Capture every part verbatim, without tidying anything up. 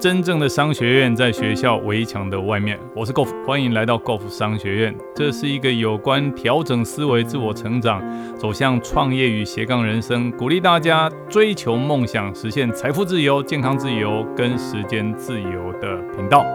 真正的商学院在学校围墙的外面。我是 Golf， 欢迎来到 Golf 商学院。这是一个有关调整思维、自我成长、走向创业与斜杠人生，鼓励大家追求梦想、实现财富自由、健康自由跟时间自由的频道。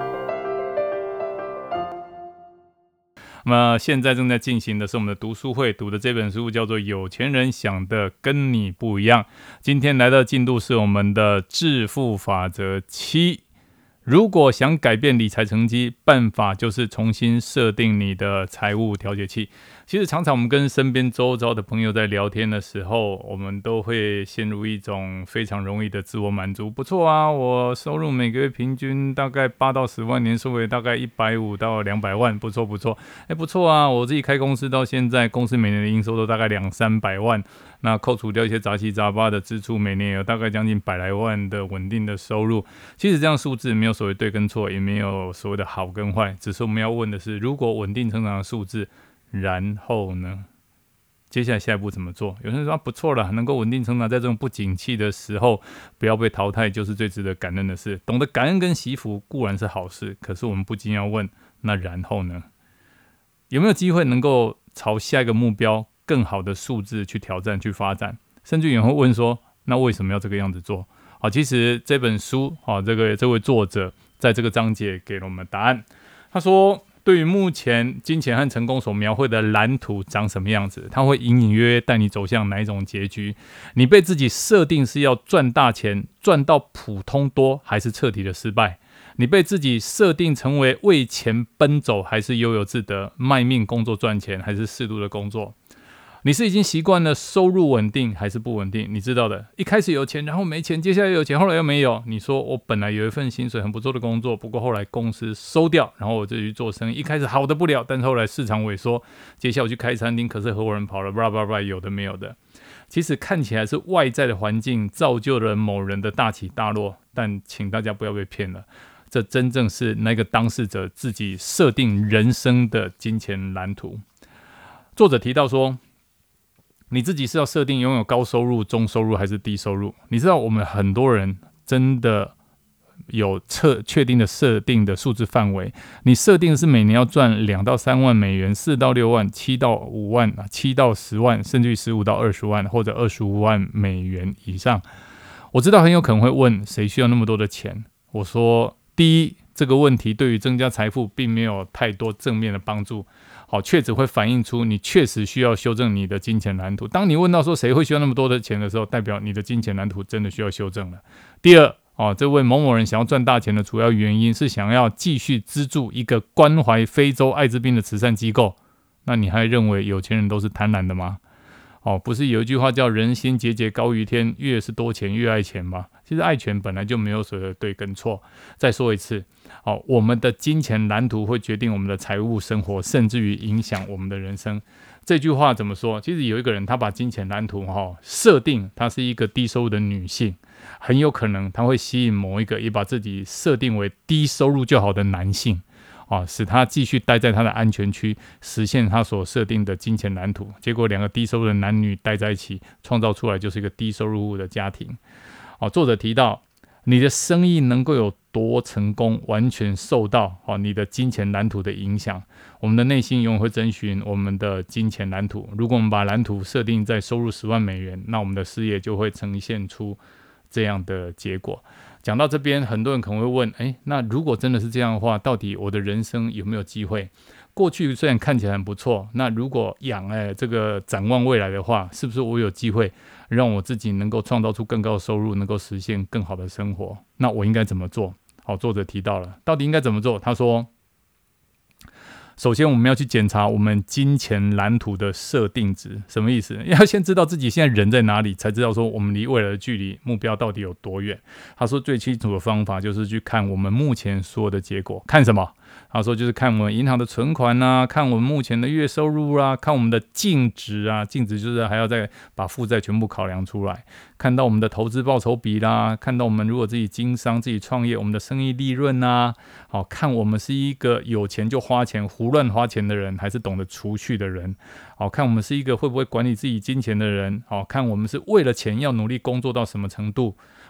那么现在正在进行的是我们的读书会，读的这本书叫做《有钱人想的跟你不一样》。今天来到进度是我们的致富法则七。如果想改变理财成绩，办法就是重新设定你的财务调节器。其实常常我们跟身边周遭的朋友在聊天的时候，我们都会陷入一种非常容易的自我满足。不错啊，我收入每个月平均大概八到十万，年收入大概一百五到两百万，不错不错。哎，不错啊，我自己开公司到现在，公司每年的营收都大概两三百万，那扣除掉一些杂七杂八的支出，每年有大概将近百来万的稳定的收入。其实这样数字没有所谓对跟错，也没有所谓的好跟坏，只是我们要问的是，如果稳定成长的数字，然后呢？接下来下一步怎么做？有人说、啊、不错了，能够稳定成长，在这种不景气的时候，不要被淘汰，就是最值得感恩的事。懂得感恩跟惜福固然是好事，可是我们不禁要问，那然后呢？有没有机会能够朝下一个目标更好的数字去挑战、去发展？甚至有人会问说，那为什么要这个样子做？好，其实这本书，好，这个这位作者在这个章节给了我们答案。他说，对于目前金钱和成功所描绘的蓝图长什么样子，它会隐隐约约带你走向哪一种结局？你被自己设定是要赚大钱，赚到普通多，还是彻底的失败？你被自己设定成为为钱奔走，还是悠游自得，卖命工作赚钱，还是适度的工作？你是已经习惯了收入稳定还是不稳定？你知道的，一开始有钱，然后没钱，接下来有钱，后来又没有。你说我本来有一份薪水很不错的工作，不过后来公司收掉，然后我自己去做生意，一开始好的不了，但是后来市场萎缩，接下来我去开餐厅，可是合伙人跑了，blah blah blah，有的没有的。其实看起来是外在的环境造就了某人的大起大落，但请大家不要被骗了，这真正是那个当事者自己设定人生的金钱蓝图。作者提到说，你自己是要设定拥有高收入、中收入还是低收入？你知道我们很多人真的有测确定的设定的数字范围，你设定是每年要赚两到三万美元、四到六万、七到五万、七到十万，甚至于十五到二十万或者二十五万美元以上。我知道很有可能会问，谁需要那么多的钱？我说，第一，这个问题对于增加财富并没有太多正面的帮助。好，确实会反映出你确实需要修正你的金钱蓝图。当你问到说谁会需要那么多的钱的时候，代表你的金钱蓝图真的需要修正了。第二，哦，这位某某人想要赚大钱的主要原因是想要继续资助一个关怀非洲艾滋病的慈善机构，那你还认为有钱人都是贪婪的吗？哦，不是有一句话叫人心节节高于天，越是多钱越爱钱吗？其实爱钱本来就没有所谓的对跟错。再说一次，哦，我们的金钱蓝图会决定我们的财务生活，甚至于影响我们的人生。这句话怎么说？其实有一个人他把金钱蓝图哦设定他是一个低收入的女性，很有可能他会吸引某一个也把自己设定为低收入就好的男性。啊，使他继续待在他的安全区，实现他所设定的金钱蓝图。结果两个低收入的男女待在一起，创造出来就是一个低收入户的家庭。啊，作者提到，你的生意能够有多成功，完全受到啊你的金钱蓝图的影响。我们的内心永远会遵循我们的金钱蓝图。如果我们把蓝图设定在收入十万美元，那我们的事业就会呈现出这样的结果。讲到这边，很多人可能会问，诶，那如果真的是这样的话，到底我的人生有没有机会？过去虽然看起来很不错，那如果养诶这个展望未来的话，是不是我有机会让我自己能够创造出更高的收入，能够实现更好的生活？那我应该怎么做？好，作者提到了，到底应该怎么做？他说，首先我们要去检查我们金钱蓝图的设定值，什么意思？要先知道自己现在人在哪里，才知道说我们离未来的距离目标到底有多远。他说最清楚的方法就是去看我们目前所有的结果。看什么？他说就是看我们银行的存款啊，看我们目前的月收入啊，看我们的净值啊，净值就是还要再把负债全部考量出来，看到我们的投资报酬比啦，看到我们如果自己经商自己创业，我们的生意利润啊，好，看我们是一个有钱就花钱胡乱花钱的人，还是懂得储蓄的人，好，看我们是一个会不会管理自己金钱的人，好，看我们是为了钱要努力工作到什么程度，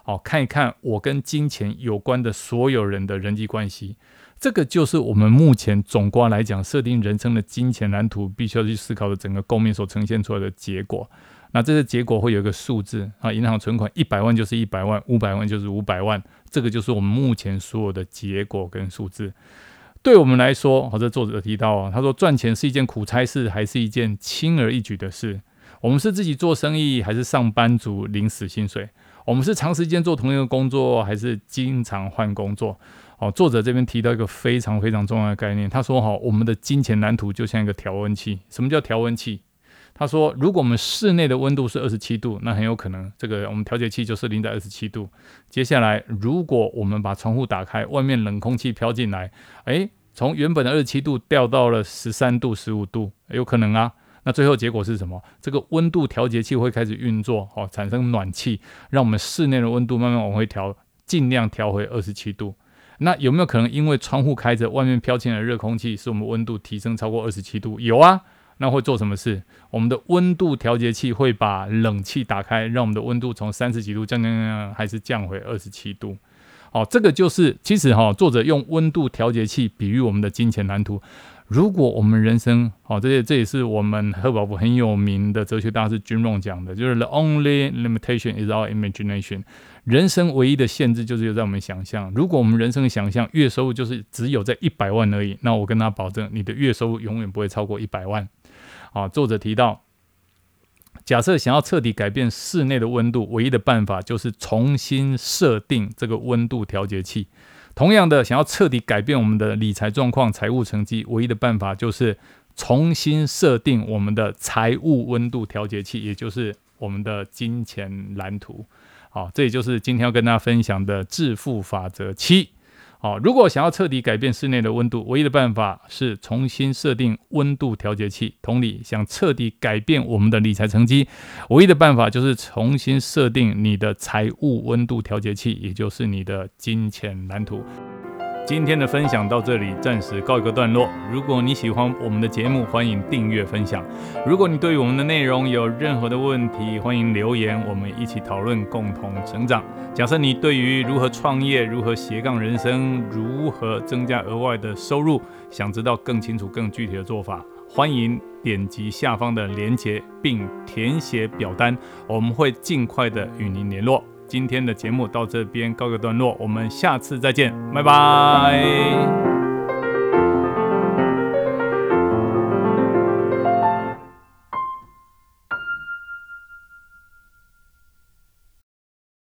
好，看一看我跟金钱有关的所有人的人际关系。这个就是我们目前总括来讲设定人生的金钱蓝图必须要去思考的整个构面所呈现出来的结果。那这个结果会有一个数字啊，银行存款一百万就是一百万，五百万就是五百万，这个就是我们目前所有的结果跟数字。对我们来说，好，这作者提到啊，他说赚钱是一件苦差事，还是一件轻而易举的事？我们是自己做生意，还是上班族领死薪水？我们是长时间做同一个工作，还是经常换工作？哦，作者这边提到一个非常非常重要的概念，他说哈，我们的金钱蓝图就像一个调温器。什么叫调温器？他说，如果我们室内的温度是二十七度，那很有可能这个我们调节器就设定在二十七度。接下来，如果我们把窗户打开，外面冷空气飘进来，哎，从原本的二十七度掉到了十三度、十五度，有可能啊。那最后结果是什么？这个温度调节器会开始运作，哦，产生暖气，让我们室内的温度慢慢往回调，尽量调回二十七度。那有没有可能因为窗户开着，外面飘进来的热空气，使我们温度提升超过二十七度？有啊。那会做什么事？我们的温度调节器会把冷气打开，让我们的温度从三十几度降降降，还是降回二十七度。好，这个就是其实哈，作者用温度调节器比喻我们的金钱蓝图。如果我们人生，好，这也这也是我们贺宝福很有名的哲学大师君荣讲的，就是 The only limitation is our imagination。人生唯一的限制就是在我们想象。如果我们人生的想象月收入就是只有在一百万而已，那我跟他保证，你的月收入永远不会超过一百万。好，作者提到，假设想要彻底改变室内的温度，唯一的办法就是重新设定这个温度调节器。同样的，想要彻底改变我们的理财状况、财务成绩，唯一的办法就是重新设定我们的财务温度调节器，也就是我们的金钱蓝图。好，这也就是今天要跟大家分享的致富法则七。好，如果想要彻底改变室内的温度，唯一的办法是重新设定温度调节器。同理，想彻底改变我们的理财成绩，唯一的办法就是重新设定你的财务温度调节器，也就是你的金钱蓝图。今天的分享到这里，暂时告一个段落。如果你喜欢我们的节目，欢迎订阅分享。如果你对于我们的内容有任何的问题，欢迎留言，我们一起讨论，共同成长。假设你对于如何创业、如何斜杠人生、如何增加额外的收入，想知道更清楚、更具体的做法，欢迎点击下方的连结，并填写表单，我们会尽快的与您联络。今天的节目到这边告个段落，我们下次再见，拜拜。